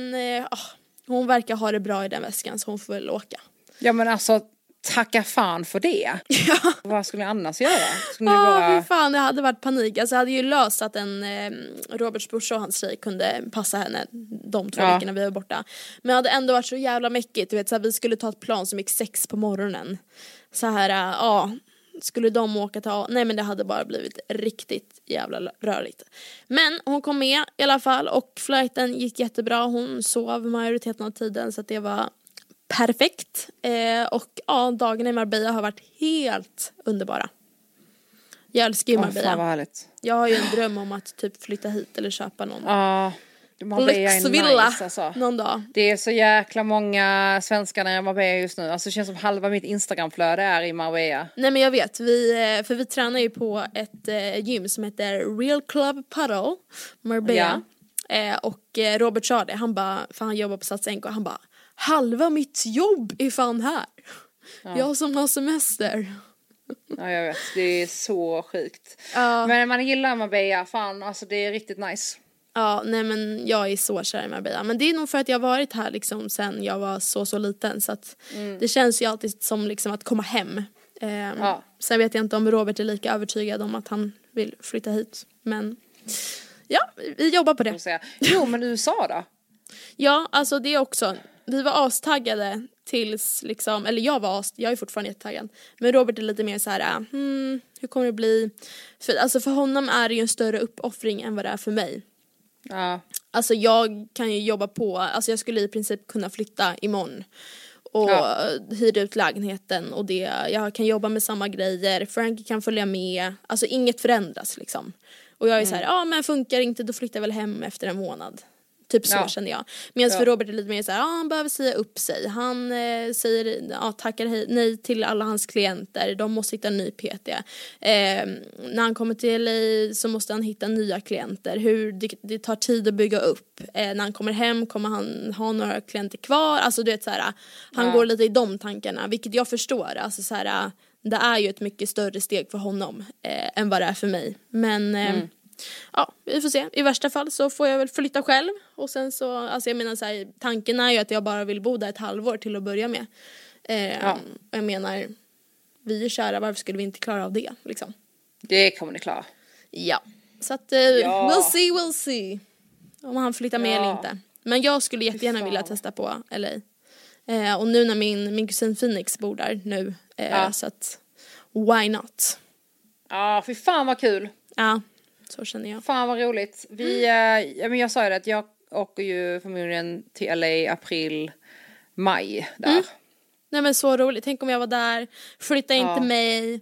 hon verkar ha det bra i den väskan så hon får väl åka. Ja men alltså, tacka fan för det. Ja. Vad skulle jag annars göra? Fy fan, det hade varit panik. Alltså jag hade ju löst att Roberts brorsa och hans tjej kunde passa henne de 2 veckorna vi var borta. Men det hade ändå varit så jävla mäckigt. Du vet, så här, vi skulle ta ett plan som gick 6 på morgonen. Så här, skulle de åka nej men det hade bara blivit riktigt jävla rörigt. Men hon kom med i alla fall och flighten gick jättebra. Hon sov majoriteten av tiden så att det var perfekt. Och dagarna i Marbella har varit helt underbara. Jag älskar ju Marbella. Fan vad härligt. Jag har ju en dröm om att typ flytta hit eller köpa någon. Lyxvilla nice, alltså. Någon dag. Det är så jäkla många svenskar i Marbella just nu. Alltså det känns som halva mitt Instagramflöde är i Marbella. Nej men jag vet, för vi tränar ju på ett gym som heter Real Club Paddle Marbella. Och Robert sa det, han bara, för han jobbar på Sats NK, han bara, halva mitt jobb är fan här. Jag som har semester. Ja jag vet, det är så sjukt. Men man gillar Marbella, fan alltså det är riktigt nice. Ja, nej men jag är så kär i Marbella. Men det är nog för att jag har varit här liksom sen jag var så liten. Så att det känns ju alltid som liksom att komma hem. Sen vet jag inte om Robert är lika övertygad om att han vill flytta hit. Men ja, vi jobbar på det. Jo, men USA då? Ja, alltså det också. Vi var astaggade tills liksom, eller jag är fortfarande jättetaggad. Men Robert är lite mer så här, hur kommer det bli? För honom är det ju en större uppoffring än vad det är för mig. Ja. Alltså jag kan ju jobba på, alltså jag skulle i princip kunna flytta imorgon och hyra ut lägenheten och det, jag kan jobba med samma grejer, Frankie kan följa med, alltså inget förändras liksom. Och jag är så här, men funkar inte då flyttar jag väl hem efter en månad Typ så känner jag. Medan för Robert är lite mer så här, han behöver säga upp sig. Han säger, tackar nej till alla hans klienter. De måste hitta en ny PT. När han kommer till LA så måste han hitta nya klienter. Det tar tid att bygga upp. När han kommer hem kommer han ha några klienter kvar. Alltså du vet så här, han går lite i de tankarna. Vilket jag förstår. Alltså så här, det är ju ett mycket större steg för honom än vad det är för mig. Men ja, vi får se. I värsta fall så får jag väl flytta själv. Och sen så, alltså jag menar så här, tanken är ju att jag bara vill bo där ett halvår till att börja med. Jag menar, vi är kära, varför skulle vi inte klara av det liksom? Det kommer ni klara. Ja, så att we'll see. Om han flyttar med eller inte. Men jag skulle jättegärna vilja testa på LA. Och nu när min kusin Phoenix bor där nu. Så att, why not? Ja, fy fan vad kul. Ja, så känner jag. Fan vad roligt. Men jag sa ju det att jag åker ju förmodligen till LA april, maj där. Nej men så roligt. Tänk om jag var där. Flytta in till mig.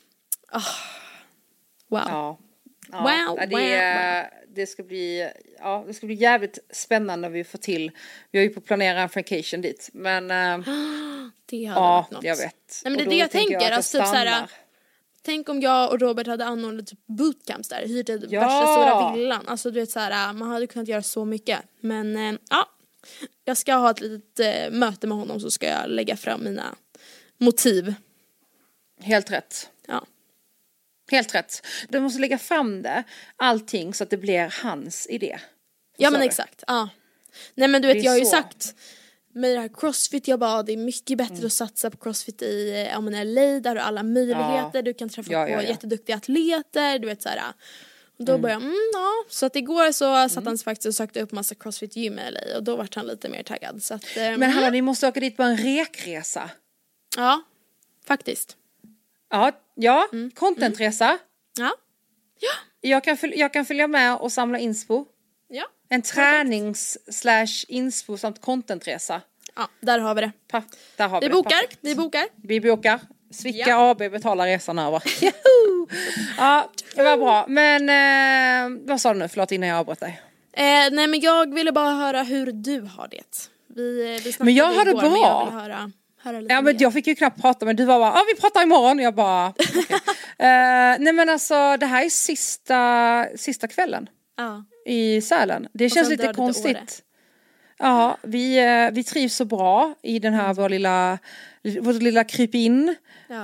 Wow. Wow. Det ska bli jävligt spännande när vi får till. Vi har ju på att planera en vacation dit. Men det hade varit något. Jag vet. Nej, men det är det jag tänker. Alltså, typ såhär, tänk om jag och Robert hade anordnat typ bootcamps där. Hyrt värsta stora villan. Alltså du vet såhär, man hade kunnat göra så mycket. Men jag ska ha ett litet möte med honom, så ska jag lägga fram mina motiv. Helt rätt. Ja. Helt rätt. Du måste lägga fram allting så att det blir hans idé. Ja men exakt. Ja. Nej men du vet, jag har ju sagt med det här CrossFit, jag bara, det är mycket bättre att satsa på CrossFit i LA, där du har alla möjligheter, du kan träffa på jätteduktiga atleter, du vet såhär. Och då började jag, så att igår så satt han faktiskt och sökte upp massa CrossFit gym i LA, och då var han lite mer taggad. Så att, men Hanna, ni måste åka dit på en rekresa. Ja, faktiskt. Ja, contentresa. Ja. Jag kan följa med och samla inspo. Ja. En tränings/inspo samt contentresa. Ja, där har vi det. Där har vi bokar. Svicka AB betalar resan över. Ja, det var bra. Men vad sa du nu? Förlåt innan jag avbröt dig. Nej men jag ville bara höra hur du har det. Vi men jag har det bra. Men jag vill höra lite men mer. jag fick ju knappt prata, men du var bara, vi pratar imorgon. Jag bara, okay. Nej men alltså, det här är sista kvällen i Sälen. Det känns lite konstigt. Ja, vi trivs så bra i den här vår lilla kryp in. Ja.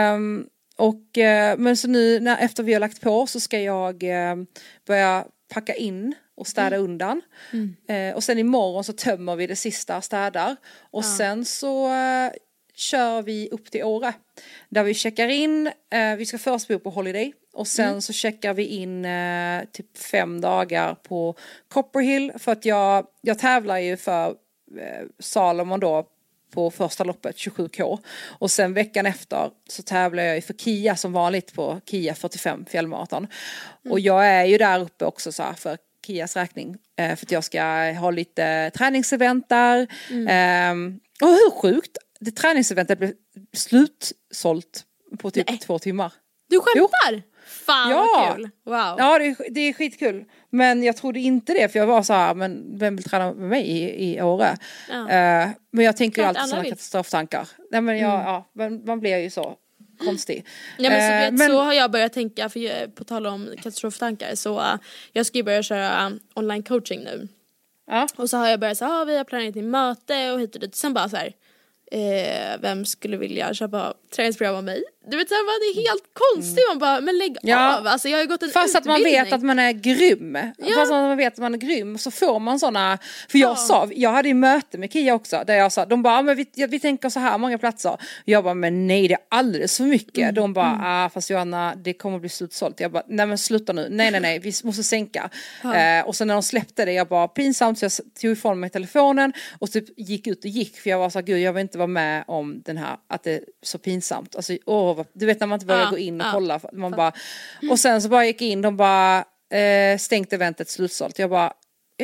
Men så nu efter vi har lagt på så ska jag börja packa in och städa undan. Och sen imorgon så tömmer vi det sista städar. Och sen så kör vi upp till Åre. Där vi checkar in, vi ska först bo på Holiday. Och sen så checkar vi in typ 5 dagar på Copperhill. För att jag tävlar ju för Salomon då på första loppet 27K. Och sen veckan efter så tävlar jag ju för Kia som vanligt på Kia 45 fjällmaraton. Och jag är ju där uppe också så här för Kias räkning. För att jag ska ha lite träningsevent där. Och hur sjukt! Det träningseventet blev slutsålt på typ 2 timmar. Du skämtar? Jo. Fan vad kul. Wow. Ja, det är skitkul. Men jag trodde inte det, för jag var så här, men vem vill träna med mig i Åre? Ja. Men jag tänker ju alltid sådana katastroftankar. Nej, men man blir ju så konstig. Ja, men så har jag börjat tänka, för på tal om katastroftankar, så jag ska ju börja köra online coaching nu. Ja. Och så har jag börjat så vi har planerat ett möte och hit och dit. Sen bara så här, vem skulle vilja köpa träningsprogram av mig? Du vet såhär, det är helt konstigt. Man bara, men lägg av. Alltså, jag har ju gått en fast utbildning. Att man vet att man är grym. Fast att man vet att man är grym, så får man såna. För jag hade ju möte med Kia också, där jag sa, de bara, men vi tänker så här många platser. Jag bara, men nej, det är alldeles för mycket. De bara, fast Johanna, det kommer bli slutsålt. Jag bara, nej men sluta nu. Nej, vi måste sänka. Och sen när de släppte det, jag bara, pinsamt, så jag tog ifrån mig telefonen och typ gick ut och gick. För jag var så här, gud, jag vill inte vara med om den här, att det är så pinsamt. Alltså, du vet när man inte börjar gå in och kolla, man bara, och sen så bara gick in, de bara stängt eventet, slutsålt. Jag bara,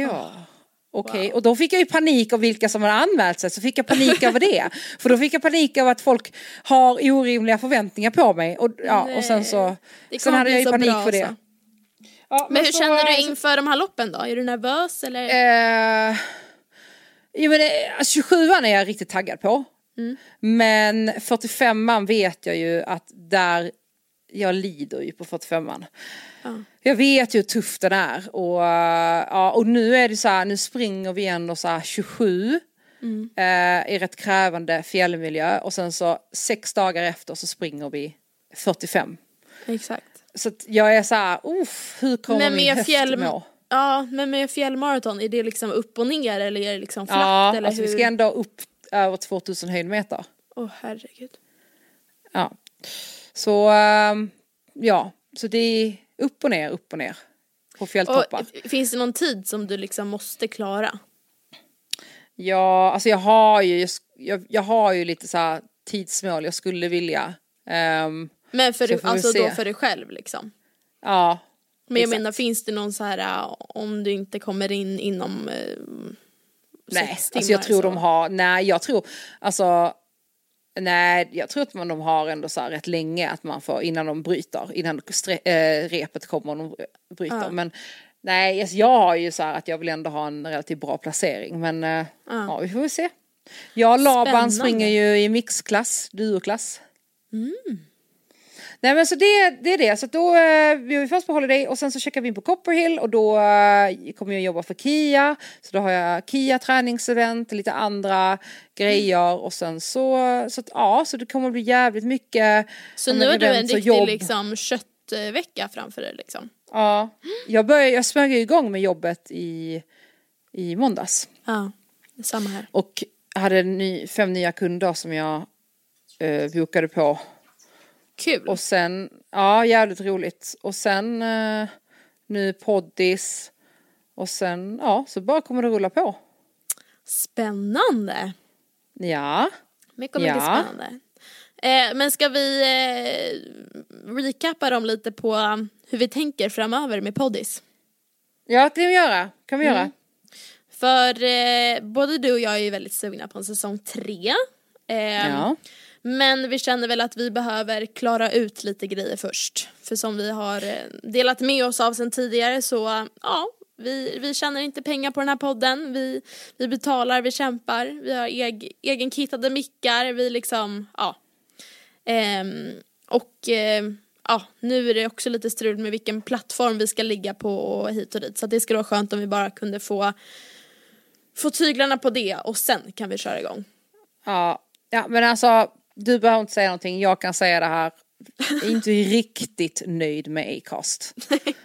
okej. Och då fick jag ju panik av vilka som har anmält sig, så fick jag panik över det. För då fick jag panik av att folk har orimliga förväntningar på mig. Och sen hade jag ju panik för det. Ja, Men hur känner du inför de här loppen då? Är du nervös eller? Jo, men 27an är jag riktigt taggad på. Men 45an vet jag ju att där jag lider ju på 45an. Jag vet ju hur tufft den är. Och nu är det så här, nu springer vi ändå så här 27 i rätt krävande fjällmiljö. Och sen så 6 dagar efter så springer vi 45. Exakt. Så att jag är så här, hur kommer min höft må? Ja, men med fjällmaraton, är det liksom upp och ner eller är det liksom flatt? Ja, eller alltså hur? vi ska ändå upp över 2000 höjdmeter. Herregud. Ja. Så, så det är upp och ner på fjälltoppar. Och finns det någon tid som du liksom måste klara? Ja, alltså jag har ju lite så här tidsmål jag skulle vilja. Men för dig själv liksom? Ja. Men jag menar, finns det någon så här, om du inte kommer in inom 6 timmar? Alltså jag tror de har, jag tror att de har ändå så här rätt länge att man får, innan de bryter, innan repet kommer och de bryter. Men nej, alltså jag har ju så här att jag vill ändå ha en relativt bra placering, men vi får se. Jag och Laban springer ju i mixklass, duoklass. Nej, men så det är det. Så då vi är först på Holiday och sen så checkar vi in på Copperhill och då kommer jag jobba för Kia. Så då har jag Kia träningsevent, lite andra grejer och sen så det kommer bli jävligt mycket. Så nu är du en riktig liksom köttvecka framför dig liksom. Ja, jag smög igång med jobbet i måndags. Ja, samma här. Och hade 5 nya kunder som jag bokade på. Kul. Och sen, jävligt roligt. Och sen nu poddis. Och sen, så bara kommer det rulla på. Spännande. Ja. Mycket spännande. Men ska vi recappa dem lite på hur vi tänker framöver med poddis? Ja, det kan vi göra. För både du och jag är ju väldigt sugna på en säsong 3. Ja. Men vi känner väl att vi behöver klara ut lite grejer först. För som vi har delat med oss av sen tidigare så vi tjänar inte pengar på den här podden. Vi betalar, vi kämpar. Vi har egenkittade mickar. Vi liksom, nu är det också lite strul med vilken plattform vi ska ligga på och hit och dit. Så det skulle vara skönt om vi bara kunde få tyglarna på det och sen kan vi köra igång. Ja, men alltså du behöver inte säga någonting. Jag kan säga det här. Jag är inte riktigt nöjd med Acast.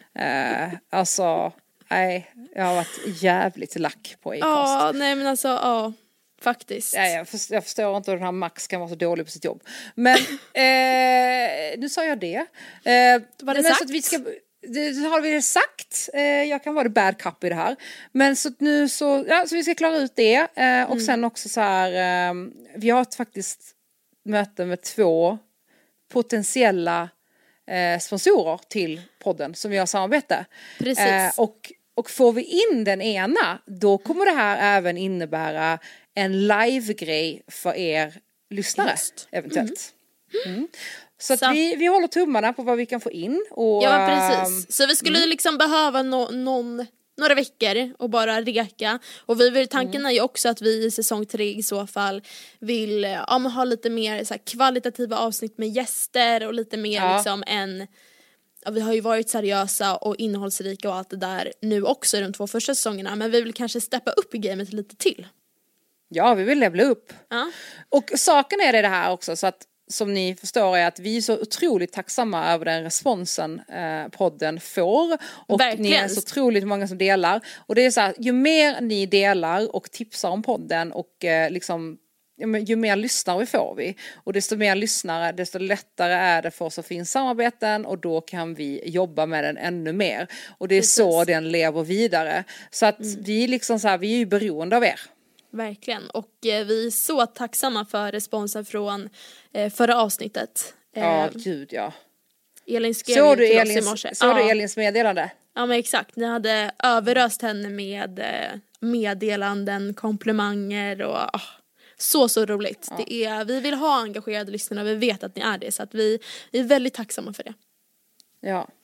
Nej, jag har varit jävligt lack på Acast. Ja, nej men alltså, faktiskt. Ja, jag förstår inte hur den här Max kan vara så dålig på sitt jobb. Men nu sa jag det. Var det sagt? Så att vi ska... Det har vi sagt. Jag kan vara det bad cup i det här. Men så nu så vi ska klara ut det. Och sen också så här. Vi har faktiskt möte med 2 potentiella sponsorer till podden som vi har samarbete. Precis. Och får vi in den ena, då kommer det här även innebära en live-grej för er lyssnare. Eventuellt. Så att vi håller tummarna på vad vi kan få in. Och, ja, precis. Så vi skulle liksom behöva några veckor och bara reka. Och tanken är ju också att vi i säsong 3 i så fall vill ha lite mer så här, kvalitativa avsnitt med gäster och lite mer liksom vi har ju varit seriösa och innehållsrika och allt det där nu också i de 2 första säsongerna. Men vi vill kanske steppa upp i gamet lite till. Ja, vi vill levla upp. Ja. Och saken är det här också så att som ni förstår är att vi är så otroligt tacksamma över den responsen podden får. Och verkligen. Ni är så otroligt många som delar. Och det är så här, ju mer ni delar och tipsar om podden och ju mer lyssnare får vi. Och desto mer lyssnare, desto lättare är det för oss att få in samarbeten. Och då kan vi jobba med den ännu mer. Och det är så den lever vidare. Så att vi liksom så här, vi är ju beroende av er. Verkligen, och vi är så tacksamma för responsen från förra avsnittet. Gud ja. Elin skrev till oss i morse. Såg du Elins meddelande? Ja men exakt, ni hade överöst henne med meddelanden, komplimanger och så roligt. Ja. Vi vill ha engagerade lyssnare och vi vet att ni är det, så att vi är väldigt tacksamma för det. Ja.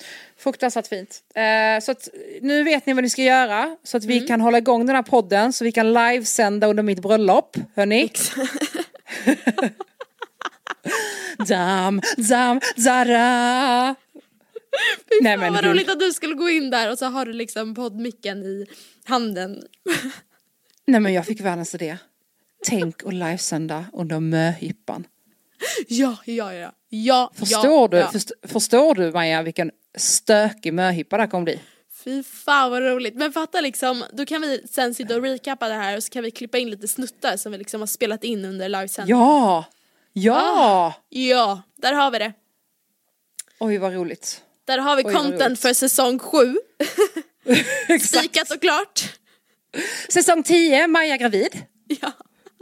Fruktansvärt fint. Så att nu vet ni vad ni ska göra. Så att vi kan hålla igång den här podden. Så vi kan livesända under mitt bröllop. Hörni? Zara. Nej, men vad roligt att du skulle gå in där och så har du liksom poddmicken i handen. Nej, men jag fick världens idé. Tänk och livesända under möhippan. Ja. Förstår du Maja vilken stökig möhippa det kommer bli? Fy fan vad roligt. Men fatta liksom, då kan vi sen sitta och recappa det här och så kan vi klippa in lite snuttar som vi liksom har spelat in under livesändningen. Ja, där har vi det. Oj vad roligt. Där har vi content för säsong 7. Spikat såklart. Säsong 10, Maja gravid. Ja.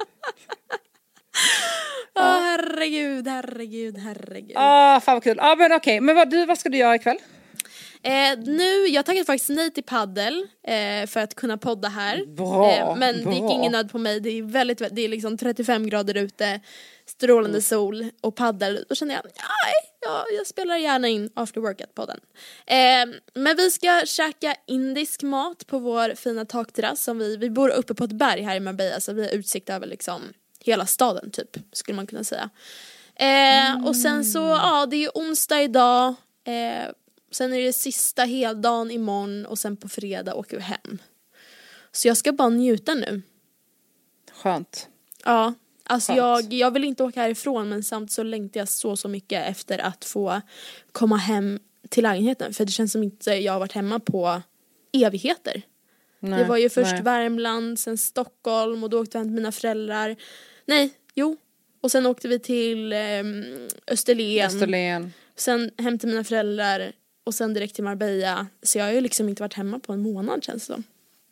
Herregud. Fan vad kul. Men okej, men vad ska du göra ikväll? Jag tackade faktiskt nej till paddel för att kunna podda här. Bra. Men det gick ingen nöd på mig. Det är det är liksom 35 grader ute, strålande sol och paddel. Då kände jag spelar gärna in after workout-podden. Men vi ska käka indisk mat på vår fina takterrass. Vi bor uppe på ett berg här i Marbella, så vi har utsikt över liksom hela staden typ, skulle man kunna säga. Och sen så, det är onsdag idag. Sen är det sista heldagen imorgon och sen på fredag åker vi hem. Så jag ska bara njuta nu. Skönt. Ja, alltså jag vill inte åka härifrån, men samt så längtar jag så mycket efter att få komma hem till lägenheten. För det känns som inte jag har varit hemma på evigheter. Nej, det var ju först Värmland, sen Stockholm och då åkte jag hem till mina föräldrar. Och sen åkte vi till Österlen. Sen hem till mina föräldrar och sen direkt till Marbella. Så jag har ju liksom inte varit hemma på en månad, känns det som.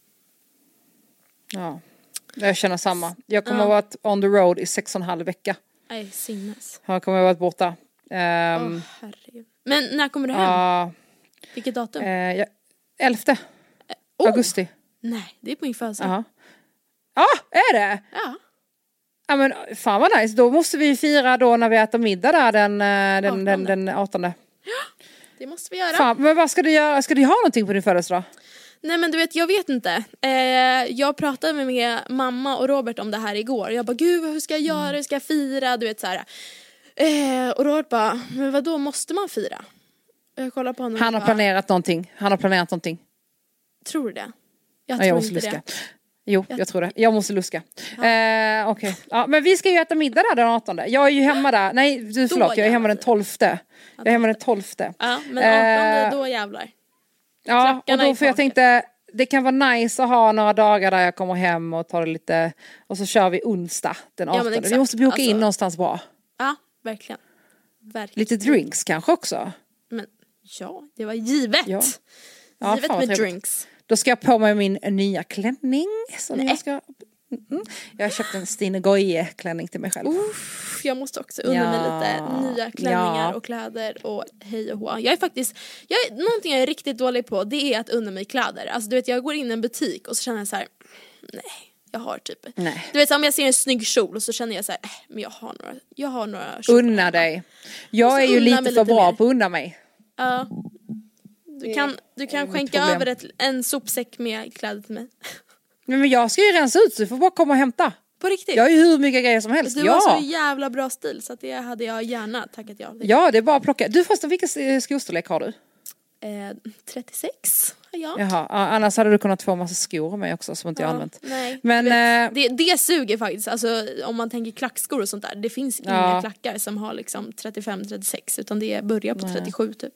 Ja, jag känner samma. Jag kommer att vara on the road i 6,5 vecka. Nej, sinnes. Jag kommer att vara borta. Herregud. Men när kommer du hem? Vilket datum? 11 augusti. Nej, det är på min födelsedag. Ja, är det? Ja. Ja men fan vad nice. Då måste vi fira då när vi äter middag där den 18. Ja, det måste vi göra. Fan, men vad ska du göra? Ska du ha någonting på din födelsedag? Nej men du vet, jag vet inte. Jag pratade med mamma och Robert om det här igår. Jag bara, gud hur ska jag göra? Hur ska jag fira? Du vet så här. Och Robert bara, men vadå, måste man fira? Och jag kollar på honom. Han har planerat någonting. Tror du det? Jag tror inte det. Jo, jag tror det. Jag måste luska. Okej. Ja, men vi ska ju äta middag där den 18. Jag är ju hemma där. Nej, förlåt. Jag är hemma den 12. Jag är hemma den 12. Ja, men 18 då jävlar. Ja, och då för jag tänkte det kan vara nice att ha några dagar där jag kommer hem och tar det lite. Och så kör vi onsdag den 18. Ja, vi måste boka in någonstans bra. Ja, verkligen. Lite drinks kanske också. Men ja, det var givet. Ja, givet med drinks. Då ska jag på mig min nya klänning. Jag har köpt en Stine Goye-klänning till mig själv. Jag måste också unna mig lite nya klänningar och kläder och hej och hå. Någonting jag är riktigt dålig på, det är att unna mig kläder. Alltså du vet, jag går in i en butik och så känner jag så här, nej, jag har typ. Nej. Du vet, om jag ser en snygg kjol och så känner jag så här, men jag har några kjolar. Unna dig. Jag är ju lite för bra på att unna mig. Ja. Du kan skänka över en sopsäck med kläder till mig. Men jag ska ju rensa ut så du får bara komma och hämta. På riktigt? Jag har ju hur mycket grejer som helst. Du har så jävla bra stil så att det hade jag gärna tackat ja. Ja, det är bara att plocka. Du förresten, vilken skostorlek har du? 36 har jag. Jaha, annars hade du kunnat få en massa skor med också som inte jag använt. Nej, men det suger faktiskt. Alltså om man tänker klackskor och sånt där. Det finns inga klackar som har liksom 35-36 utan det börjar på 37 typ.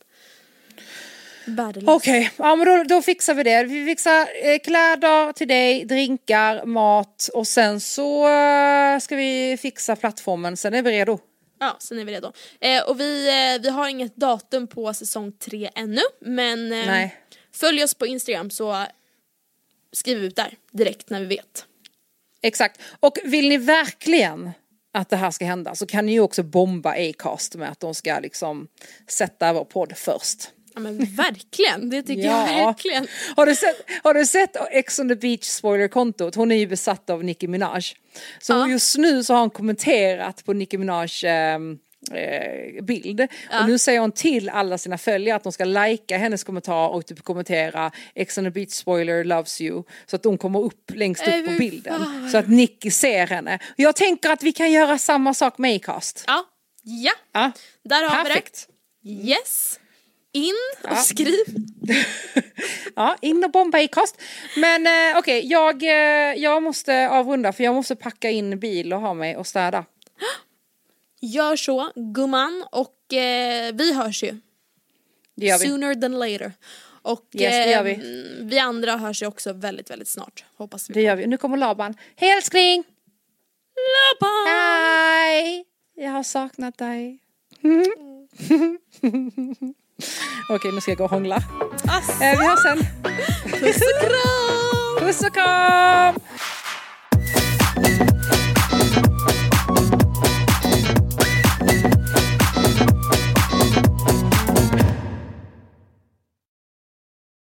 Okej, ja men då fixar vi det. Vi fixar kläder till dig, drinkar, mat och sen så ska vi fixa plattformen. Sen är vi redo. Ja, sen är vi redo. Och vi har inget datum på säsong 3 ännu, men följ oss på Instagram så skriver vi ut där direkt när vi vet. Exakt. Och vill ni verkligen att det här ska hända så kan ni ju också bomba Acast med att de ska sätta vår podd först. Ja men verkligen, det tycker jag verkligen. Har du sett Ex on the Beach spoiler-kontot? Hon är ju besatt av Nicki Minaj. Så just nu så har hon kommenterat på Nicki Minaj bild. Och nu säger hon till alla sina följare att de ska likea hennes kommentar och typ kommentera Ex on the Beach spoiler loves you, så att de kommer upp längst upp på bilden så att Nicky ser henne. Jag tänker att vi kan göra samma sak med Acast. Ja. Där har perfekt. vi det. Yes. In och skriv. Ja, in och bomba Acast. Men okej, jag måste avrunda för jag måste packa in bil och ha mig och städa. Gör så, gumman, och vi hörs ju. Det gör vi. Sooner than later. Och det gör vi. Vi andra hörs ju också väldigt, väldigt snart. Hoppas vi. Det gör vi. Nu kommer Laban. Hej älskling! Laban! Hej! Jag har saknat dig. Okej, nu ska jag gå och hångla. Vi hörs sen. Puss och kram! Puss och kram!